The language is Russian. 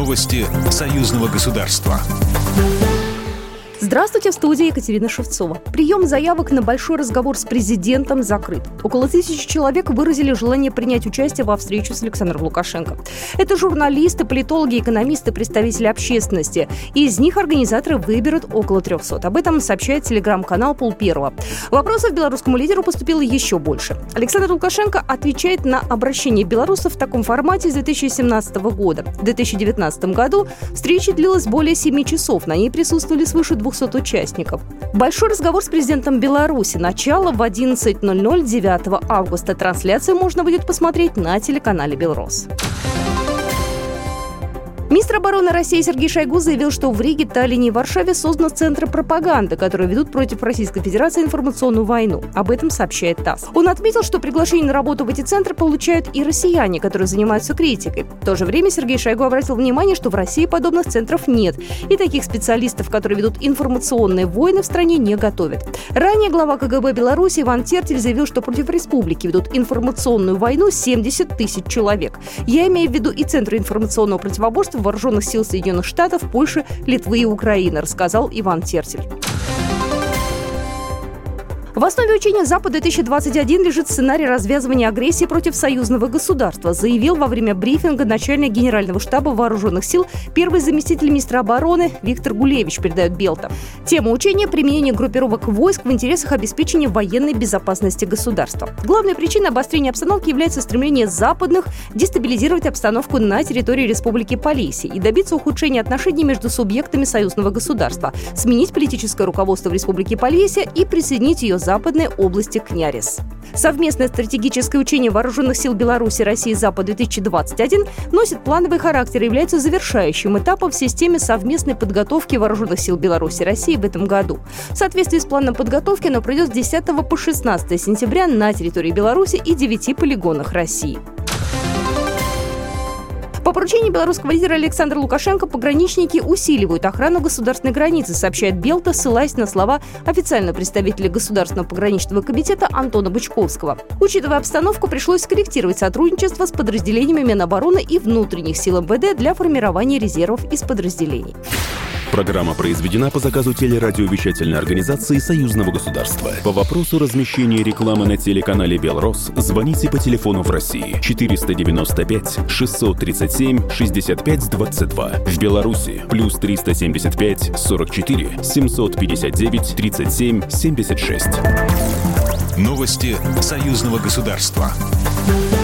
Новости союзного государства. Здравствуйте, в студии Екатерина Шевцова. Прием заявок на большой разговор с президентом закрыт. Около 1000 человек выразили желание принять участие во встречу с Александром Лукашенко. Это журналисты, политологи, экономисты, представители общественности. Из них организаторы выберут около 300. Об этом сообщает телеграм-канал «Полперво». Вопросов белорусскому лидеру поступило еще больше. Александр Лукашенко отвечает на обращение белорусов в таком формате с 2017 года. В 2019 году встреча длилась более 7 часов. На ней присутствовали свыше 200 участников. Большой разговор с президентом Беларуси. Начало в 11:00 9 августа. Трансляцию можно будет посмотреть на телеканале «Белрос». Министр обороны России Сергей Шойгу заявил, что в Риге, Таллине и Варшаве созданы центры пропаганды, которые ведут против Российской Федерации информационную войну. Об этом сообщает ТАСС. Он отметил, что приглашение на работу в эти центры получают и россияне, которые занимаются критикой. В то же время Сергей Шойгу обратил внимание, что в России подобных центров нет, и таких специалистов, которые ведут информационные войны, в стране не готовят. Ранее глава КГБ Беларуси Иван Тертель заявил, что против республики ведут информационную войну 70 тысяч человек. Я имею в виду и Центры информационного противоборства Вооруженных сил Соединенных Штатов, Польши, Литвы и Украины, рассказал Иван Тертель. В основе учения «Запад-2021» лежит сценарий развязывания агрессии против союзного государства, заявил во время брифинга начальник Генерального штаба Вооруженных сил первый заместитель министра обороны Виктор Гулевич, передает Белта. Тема учения – применение группировок войск в интересах обеспечения военной безопасности государства. Главной причиной обострения обстановки является стремление западных дестабилизировать обстановку на территории Республики Полесье и добиться ухудшения отношений между субъектами союзного государства, сменить политическое руководство в Республике Полесье и присоединить ее западные области к НЯРИС. Совместное стратегическое учение Вооруженных сил Беларуси и России «Запад-2021» носит плановый характер и является завершающим этапом в системе совместной подготовки Вооруженных сил Беларуси и России в этом году. В соответствии с планом подготовки оно пройдет с 10 по 16 сентября на территории Беларуси и 9 полигонах России. По поручению белорусского лидера Александра Лукашенко пограничники усиливают охрану государственной границы, сообщает Белта, ссылаясь на слова официального представителя Государственного пограничного комитета Антона Бычковского. Учитывая обстановку, пришлось скорректировать сотрудничество с подразделениями Минобороны и внутренних сил МВД для формирования резервов из подразделений. Программа произведена по заказу телерадиовещательной организации Союзного государства. По вопросу размещения рекламы на телеканале «Белрос» звоните по телефону в России 495 637 65 22. В Беларуси плюс 375 44 759 37 76. Новости союзного государства.